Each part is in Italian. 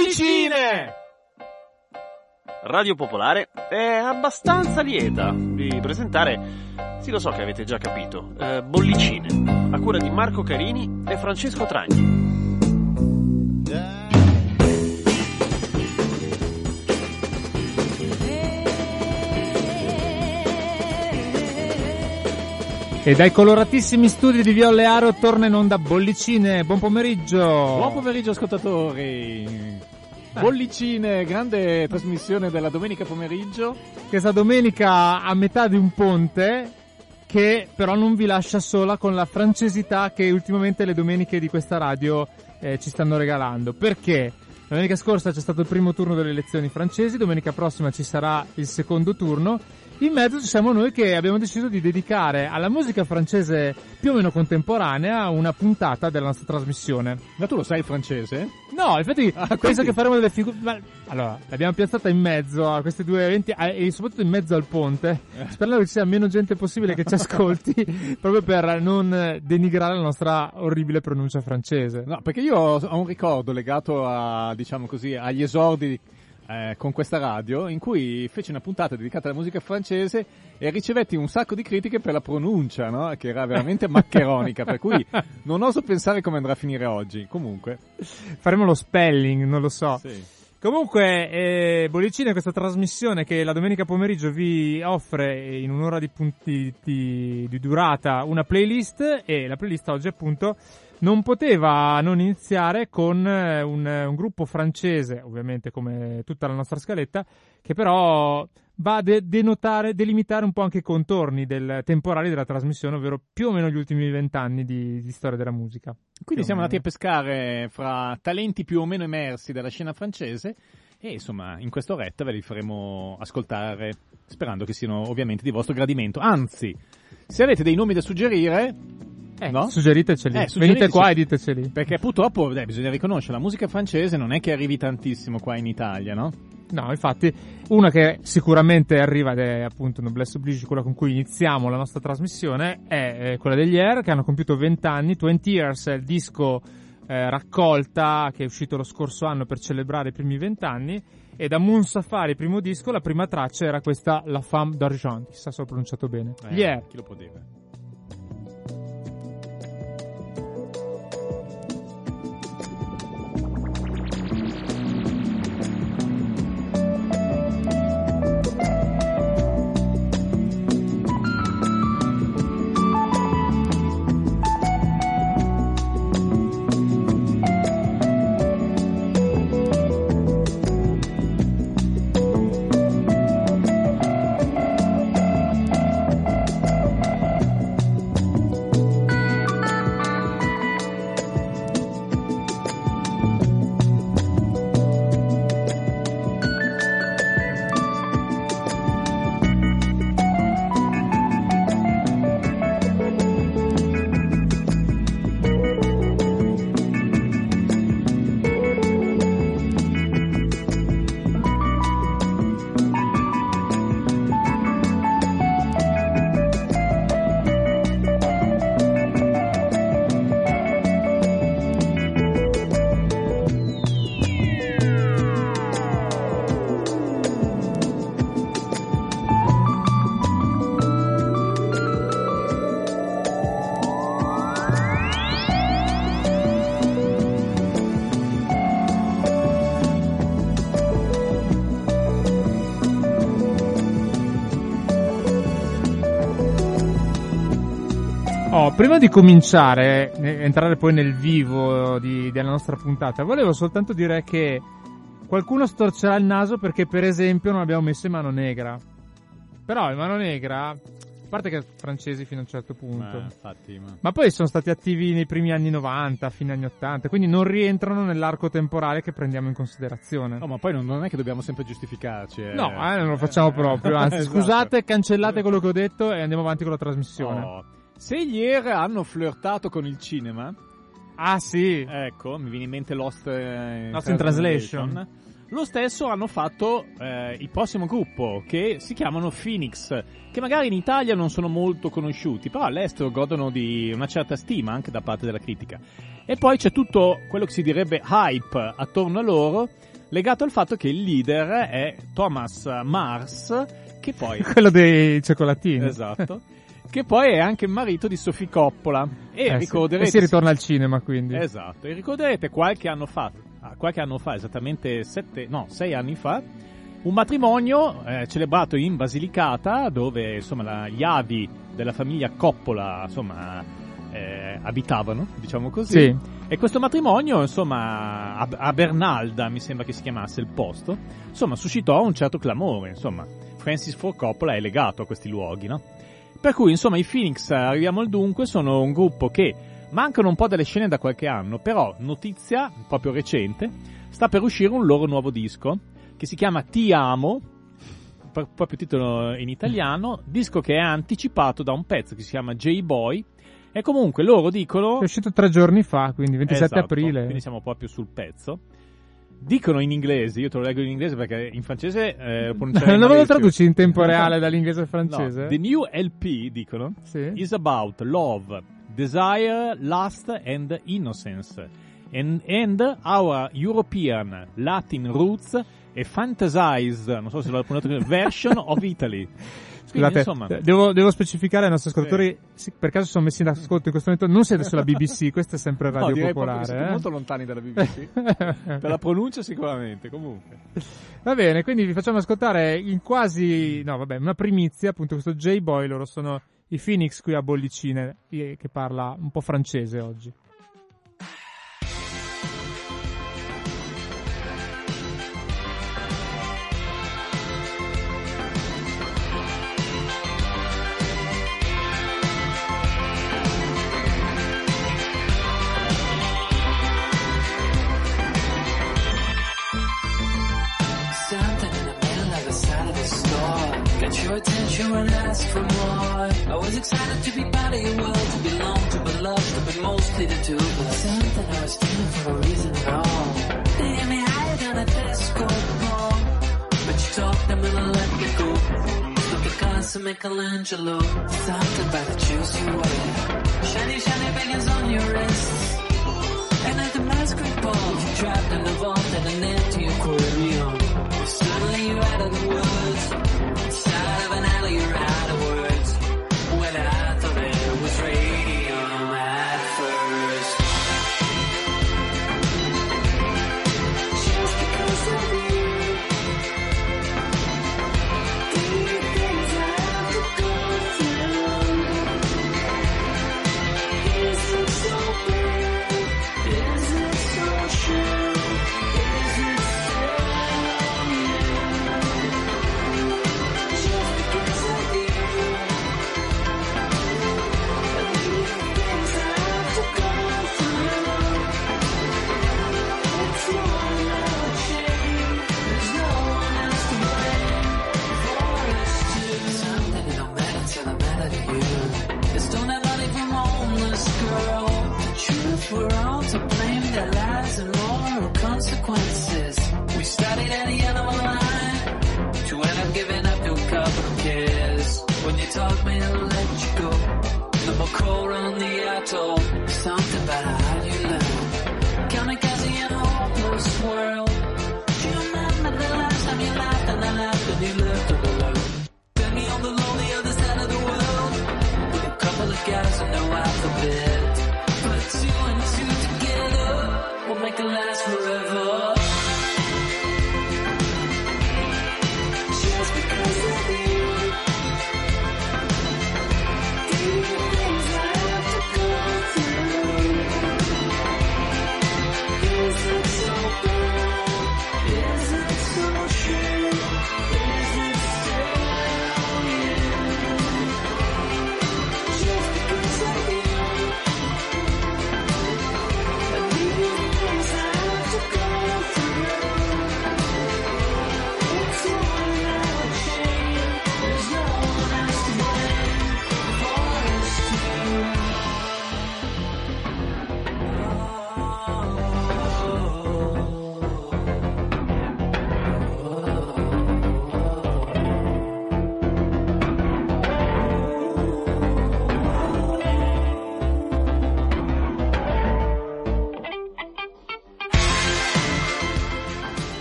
Bollicine! Radio Popolare è abbastanza lieta di presentare, sì lo so che avete già capito, Bollicine, a cura di Marco Carini e Francesco Tragni. E dai coloratissimi studi di Via Olearo torna in onda Bollicine. Buon pomeriggio. Buon pomeriggio ascoltatori. Bollicine, grande trasmissione della domenica pomeriggio. Questa domenica a metà di un ponte che però non vi lascia sola con la francesità che ultimamente le domeniche di questa radio ci stanno regalando. Perché? Domenica scorsa c'è stato il primo turno delle elezioni francesi, domenica prossima ci sarà il secondo turno. In mezzo ci siamo noi che abbiamo deciso di dedicare alla musica francese più o meno contemporanea una puntata della nostra trasmissione. Ma tu lo sai il francese? No, infatti penso che faremo delle figure. Allora, l'abbiamo piazzata in mezzo a questi due eventi e soprattutto in mezzo al ponte, sperando che ci sia meno gente possibile che ci ascolti, proprio per non denigrare la nostra orribile pronuncia francese. No, perché io ho un ricordo legato a, diciamo così, agli esordi con questa radio, in cui feci una puntata dedicata alla musica francese e ricevetti un sacco di critiche per la pronuncia, no? Che era veramente maccheronica, per cui non oso pensare come andrà a finire oggi. Comunque faremo lo spelling, non lo so. Sì. Comunque, Bollicine è questa trasmissione che la domenica pomeriggio vi offre in un'ora di durata una playlist, e la playlist oggi appunto non poteva non iniziare con un gruppo francese, ovviamente come tutta la nostra scaletta, che però va a delimitare un po' anche i contorni temporali della trasmissione, ovvero più o meno gli ultimi 20 anni di storia della musica. Quindi siamo andati a pescare fra talenti più o meno emersi della scena francese e insomma in questa oretta ve li faremo ascoltare, sperando che siano ovviamente di vostro gradimento. Anzi, se avete dei nomi da suggerire, no? Suggeriteceli. Venite qua e diteceli. Perché purtroppo bisogna riconoscere, la musica francese non è che arrivi tantissimo qua in Italia, no? No, infatti, una che sicuramente arriva, ed è appunto Noblesse Oblige, quella con cui iniziamo la nostra trasmissione, è quella degli Air, che hanno compiuto 20 anni. 20 Years è il disco raccolta che è uscito lo scorso anno per celebrare i primi 20 anni, e da Moon Safari, primo disco, la prima traccia era questa La Femme d'Argent, chissà se ho pronunciato bene. Gli Air. Chi lo poteva? Prima di cominciare, entrare poi nel vivo della nostra puntata, volevo soltanto dire che qualcuno storcerà il naso perché, per esempio, non abbiamo messo in Mano Negra. Però in Mano Negra, a parte che francesi fino a un certo punto, ma poi sono stati attivi nei primi anni 90, fine anni 80, quindi non rientrano nell'arco temporale che prendiamo in considerazione. No, ma poi non è che dobbiamo sempre giustificarci. No, non lo facciamo proprio, anzi, esatto. Scusate, cancellate quello che ho detto e andiamo avanti con la trasmissione. Oh. Se ieri hanno flirtato con il cinema, ah sì, ecco, mi viene in mente Lost in Translation. Lo stesso hanno fatto il prossimo gruppo, che si chiamano Phoenix, che magari in Italia non sono molto conosciuti, però all'estero godono di una certa stima anche da parte della critica. E poi c'è tutto quello che si direbbe hype attorno a loro, legato al fatto che il leader è Thomas Mars, che poi... quello dei cioccolatini. Esatto. Che poi è anche il marito di Sofia Coppola. E ricorderete... E si ritorna al cinema, quindi. Esatto. E ricorderete qualche anno fa, esattamente 6 anni fa, un matrimonio celebrato in Basilicata, dove insomma gli avi della famiglia Coppola insomma abitavano, diciamo così. Sì. E questo matrimonio, insomma, a Bernalda, mi sembra che si chiamasse il posto, insomma, suscitò un certo clamore, insomma. Francis Ford Coppola è legato a questi luoghi, no? Per cui, insomma, i Phoenix, arriviamo al dunque, sono un gruppo che mancano un po' delle scene da qualche anno, però, notizia proprio recente, sta per uscire un loro nuovo disco, che si chiama Ti Amo, proprio titolo in italiano, disco che è anticipato da un pezzo che si chiama J-Boy, e comunque loro dicono... È uscito 3 giorni fa, quindi 27 esatto, aprile. Quindi siamo proprio sul pezzo. Dicono in inglese, io te lo leggo in inglese perché in francese non lo traduci in tempo reale dall'inglese al francese? No. The new LP, dicono, sì, is about love, desire, lust and innocence and our European Latin roots e fantasized, non so se l'ho pronunciato, version of Italy. Scusate, quindi, insomma, devo specificare ai nostri ascoltatori, per caso sono messi in ascolto in questo momento, non siete sulla BBC, questa è sempre Radio direi Popolare. Siete molto lontani dalla BBC, per la pronuncia sicuramente, comunque. Va bene, quindi vi facciamo ascoltare una primizia, appunto questo J-Boy, loro sono i Phoenix qui a Bollicine, che parla un po' francese oggi. Your attention when I asked for more. I was excited to be part of your world, to belong, to be loved, to be mostly the two of us. Something I was feeling for a reason at all. They had me higher than a disco ball, but you talked and then I let me go. Look at Picasso, Michelangelo, something about the shoes you wear. Shiny, shiny bangers on your wrists, and at the masquerade ball, you trapped in the vault at an empty aquarium. Suddenly you're out of the woods. Inside of an alley, you're out of words. Well, I thought it was radium at first. Just because of you, the things I have to go through. Is it so bad? Is it so true? Is it we're all to blame, their lives and moral consequences. We started at the end of a line to end up giving up to a couple of kids. When you taught me to let you go, no more coal on the atoll. Something about how you learn. Kamikaze in a hopeless world. Do you remember the last time you laughed and I laughed and you left all alone? Met me on the lonely other side of the world with a couple of guys and no alphabet. Put 2 and 2 together, we'll make it last forever. Just because of you, the things I have to go through.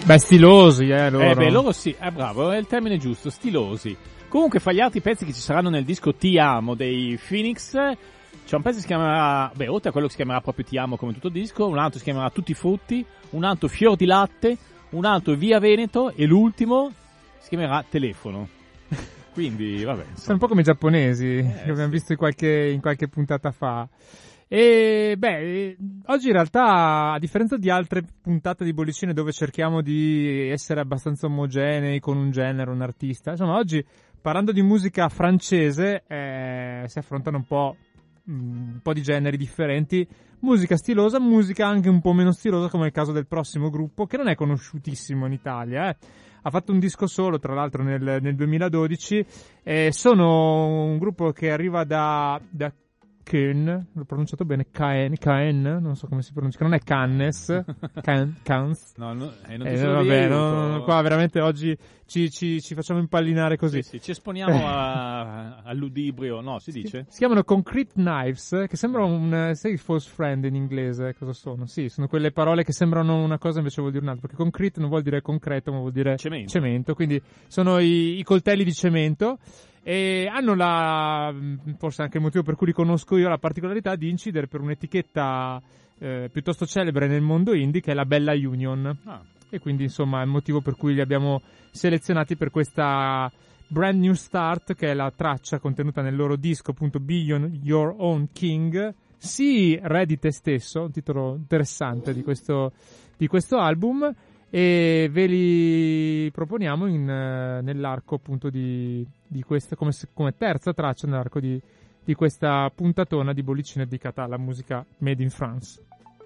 Beh, stilosi, loro. Loro sì, bravo, è il termine giusto, stilosi. Comunque, fra gli altri pezzi che ci saranno nel disco Ti Amo dei Phoenix, c'è un pezzo che si chiamerà, oltre a quello che si chiamerà proprio Ti Amo come tutto il disco, un altro si chiamerà Tutti i Frutti, un altro Fior di Latte, un altro Via Veneto e l'ultimo si chiamerà Telefono. Quindi, vabbè. Sono un po' come i giapponesi, che abbiamo visto in qualche puntata fa. E oggi in realtà, a differenza di altre puntate di Bollicine dove cerchiamo di essere abbastanza omogenei con un genere, un artista, insomma oggi parlando di musica francese si affrontano un po' di generi differenti, musica stilosa, musica anche un po' meno stilosa, come nel caso del prossimo gruppo, che non è conosciutissimo in Italia, ha fatto un disco solo, tra l'altro nel 2012, sono un gruppo che arriva da Caen, l'ho pronunciato bene, Caen, non so come si pronuncia, che non è Cannes, Cannes. No, non ti sono vabbè, qua veramente oggi ci facciamo impallinare così. Sì, ci esponiamo all'udibrio, no, si dice? Si chiamano Concrete Knives, che sembrano sai false friend in inglese, cosa sono? Sì, sono quelle parole che sembrano una cosa invece vuol dire un'altra, perché concrete non vuol dire concreto, ma vuol dire cemento, quindi sono i coltelli di cemento. E hanno forse anche il motivo per cui li conosco io, la particolarità di incidere per un'etichetta piuttosto celebre nel mondo indie, che è la Bella Union. E quindi insomma è il motivo per cui li abbiamo selezionati per questa Brand New Start, che è la traccia contenuta nel loro disco, appunto, Be Your Own King. Sii re di te stesso, un titolo interessante di questo album, e ve li proponiamo nell'arco appunto di questa, come terza traccia nell'arco di questa puntatona di Bollicine dedicata alla musica made in France.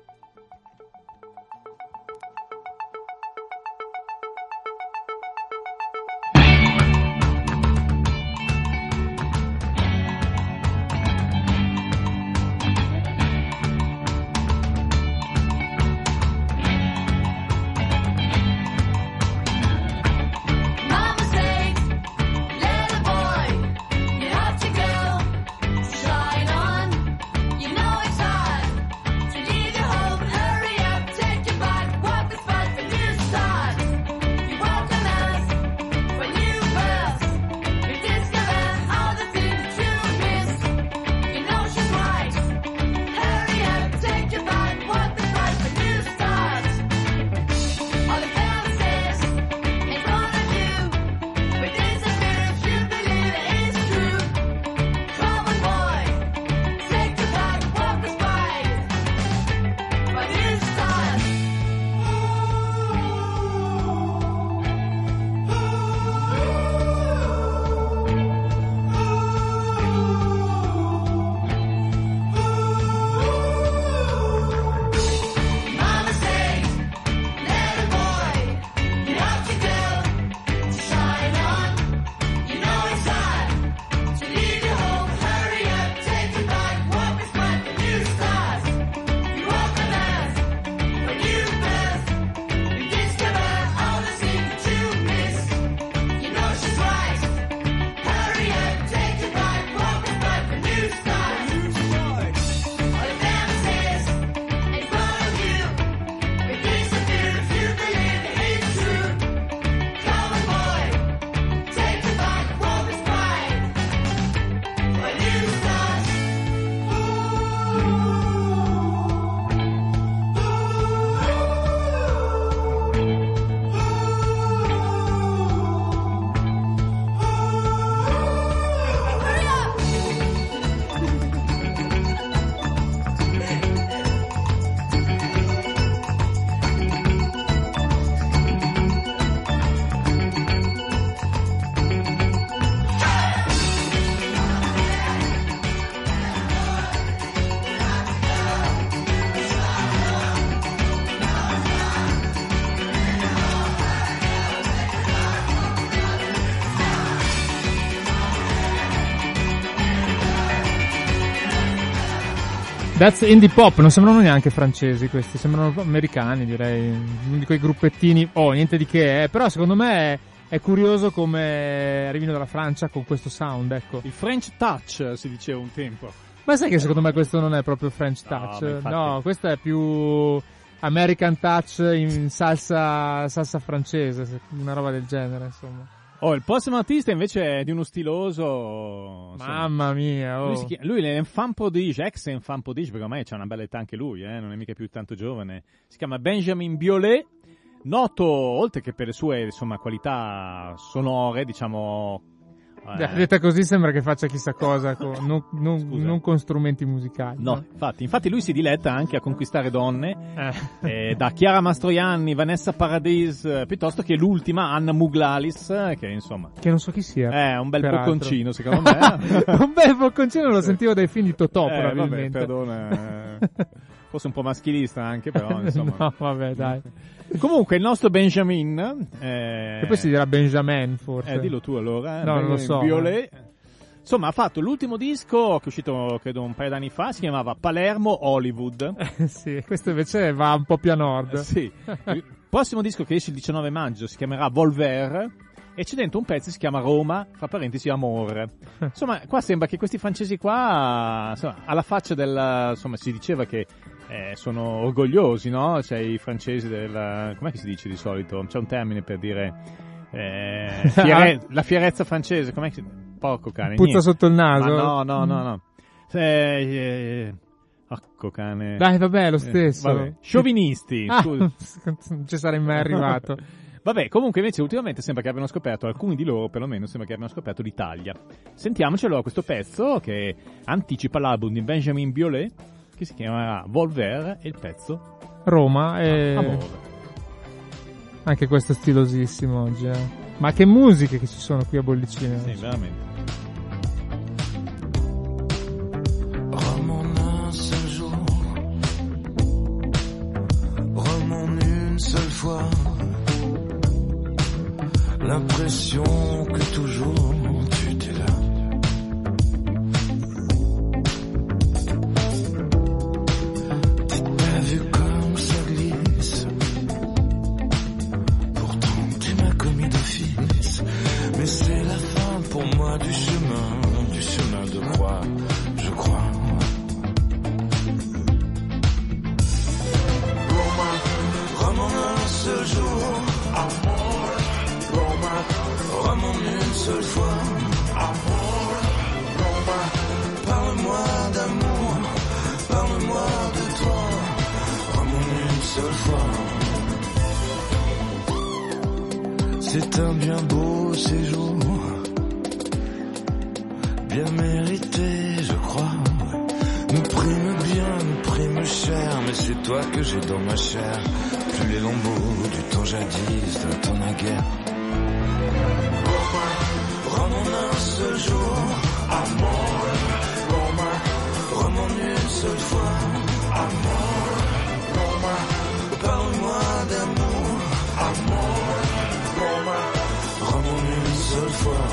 That's indie pop, non sembrano neanche francesi questi, sembrano americani, direi, uno di quei gruppettini, niente di che, però secondo me è curioso come arrivino dalla Francia con questo sound, ecco. Il French touch si diceva un tempo. Ma sai che secondo me questo non è proprio French touch? No, questo è più American Touch in salsa francese, una roba del genere, insomma. Oh, il prossimo artista invece è di uno stiloso... insomma, Mamma mia, oh. Lui è enfant prodige, ex enfant prodige, perché ormai c'ha una bella età anche lui, non è mica più tanto giovane. Si chiama Benjamin Biolay, noto, oltre che per le sue, insomma, qualità sonore, diciamo... Detta così sembra che faccia chissà cosa, non con strumenti musicali. No, infatti lui si diletta anche a conquistare donne, da Chiara Mastroianni, Vanessa Paradis, piuttosto che l'ultima, Anna Muglalis, che insomma... Che non so chi sia. È un bel peraltro. bocconcino, secondo me. Un bel bocconcino lo sentivo dai film di Totò, probabilmente. Vabbè, perdona, forse un po' maschilista anche, però, insomma. No, vabbè, dai. Comunque, il nostro Benjamin... E poi si dirà Benjamin, forse. Dillo tu allora. No, non lo so. Biolay. Insomma, ha fatto l'ultimo disco, che è uscito, credo, un paio d'anni fa, si chiamava Palermo Hollywood. Sì, questo invece va un po' più a nord. Sì. Il prossimo disco che esce il 19 maggio si chiamerà Volver, e c'è dentro un pezzo che si chiama Roma, fra parentesi Amor. Insomma, qua sembra che questi francesi qua, insomma, alla faccia del... Insomma, si diceva che sono orgogliosi, no? Cioè i francesi del... com'è che si dice di solito? C'è un termine per dire... la fierezza francese, com'è che... Porco cane. Puzza niente. sotto il naso. Ma no. Porco cane. Dai, vabbè, lo stesso. Vabbè. Sciovinisti. Non ci sarei mai arrivato. Vabbè, comunque invece ultimamente sembra che abbiano scoperto, alcuni di loro perlomeno, sembra che abbiano scoperto l'Italia. Sentiamoci allora questo pezzo che anticipa l'album di Benjamin Biolay, che si chiamerà Volver, e il pezzo Roma e... Amore. Anche questo è stilosissimo oggi, Ma che musiche che ci sono qui a Bollicine. Sì, veramente. Rome en un seul jour, Rome en une seule fois, l'impression que toujours tu étais là. T'as vu comme ça glisse, pourtant tu m'as commis d'office, mais c'est la fin pour moi du chemin de croix, je crois. Rome en un seul jour, amor. Rome en une seule fois, amor. Roma, parle-moi d'amour, parle-moi de toi. Rome en une seule fois. C'est un bien beau séjour, bien mérité, je crois. Nous prime bien, nous prime cher, mais c'est toi que j'ai dans ma chair. Plus les lambeaux du temps jadis, d'un temps naguère. Rome en un seul jour, amor. Rome en une seule fois, amor. Roma, parle-moi d'amour, amor. Rome en une seule fois.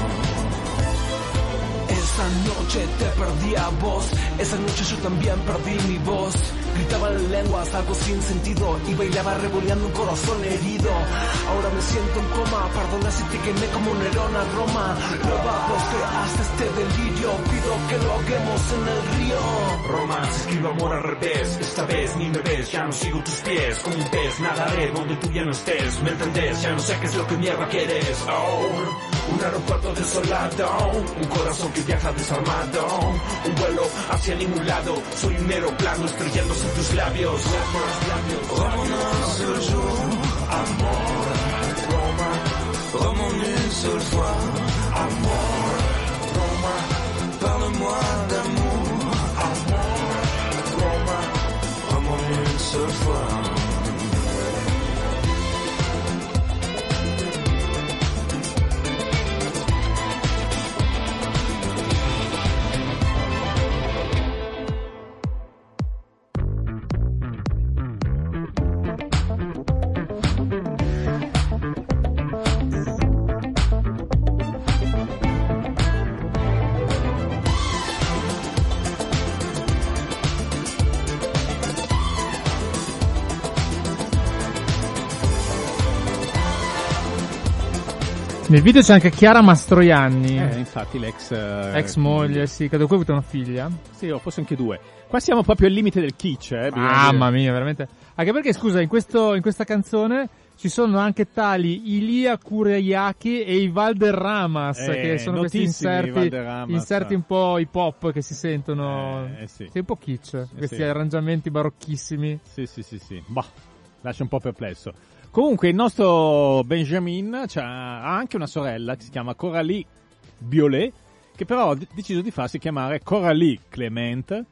Esa noche te perdí a vos, esa noche yo también perdí mi voz. Gritaban lenguas, algo sin sentido, y bailaba revoleando un corazón herido. Ahora me siento en coma, perdona si te quemé como Nerón a Roma. Nueva voz que hace este delirio, pido que lo haguemos en el río. Roma, se escribe amor al revés, esta vez ni me ves, ya no sigo tus pies. Como un pez nadaré donde tú ya no estés, ¿me entendés? Ya no sé qué es lo que mierda quieres. Oh, un aeropuerto desolado, un corazón que viaja desarmado, un vuelo hacia ningún lado, soy un aeroplano estrellándose en tus labios. Rome en un seul jour, amor. Rome en une seule fois, amor. Parle-moi d'amour, amor. Rome en une seule fois. Nel video c'è anche Chiara Mastroianni, Infatti l'ex ex moglie, sì, credo che ha avuto una figlia. Sì, o forse anche 2. Qua siamo proprio al limite del kitsch, Mamma mia, veramente. Anche perché, scusa, in questa canzone ci sono anche tali Ilia Kureyaki e i Valderramas, che sono questi inserti un po' hip hop che si sentono. Sì. Sì, un po' kitsch, questi arrangiamenti barocchissimi. Sì. Bah, lascia un po' perplesso. Comunque il nostro Benjamin ha anche una sorella che si chiama Coralie Biolay, che però ha deciso di farsi chiamare Coralie Clement.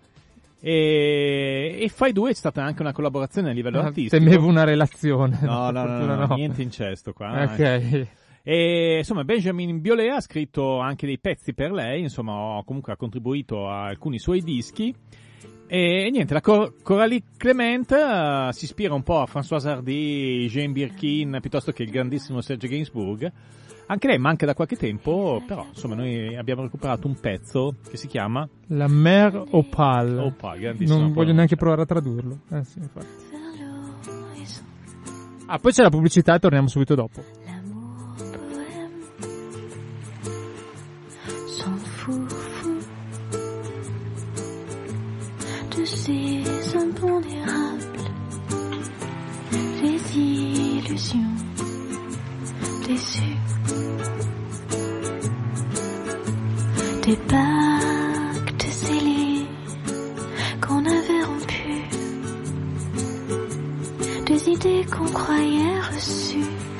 E fra i due c'è stata anche una collaborazione a livello artistico. Temevo una relazione. No, niente incesto qua. Ok. E insomma Benjamin Biolay ha scritto anche dei pezzi per lei, insomma comunque ha contribuito a alcuni suoi dischi. E niente, la Coralie Clement si ispira un po' a Françoise Hardy, Jane Birkin, piuttosto che il grandissimo Serge Gainsbourg. Anche lei manca da qualche tempo, però insomma noi abbiamo recuperato un pezzo che si chiama La Mer Opale. Opale, grandissimo. Non voglio neanche provare a tradurlo. Sì, infatti. Poi c'è la pubblicità e torniamo subito dopo. De ces impondérables, les illusions déçues, des pactes scellés qu'on avait rompus, des idées qu'on croyait reçues.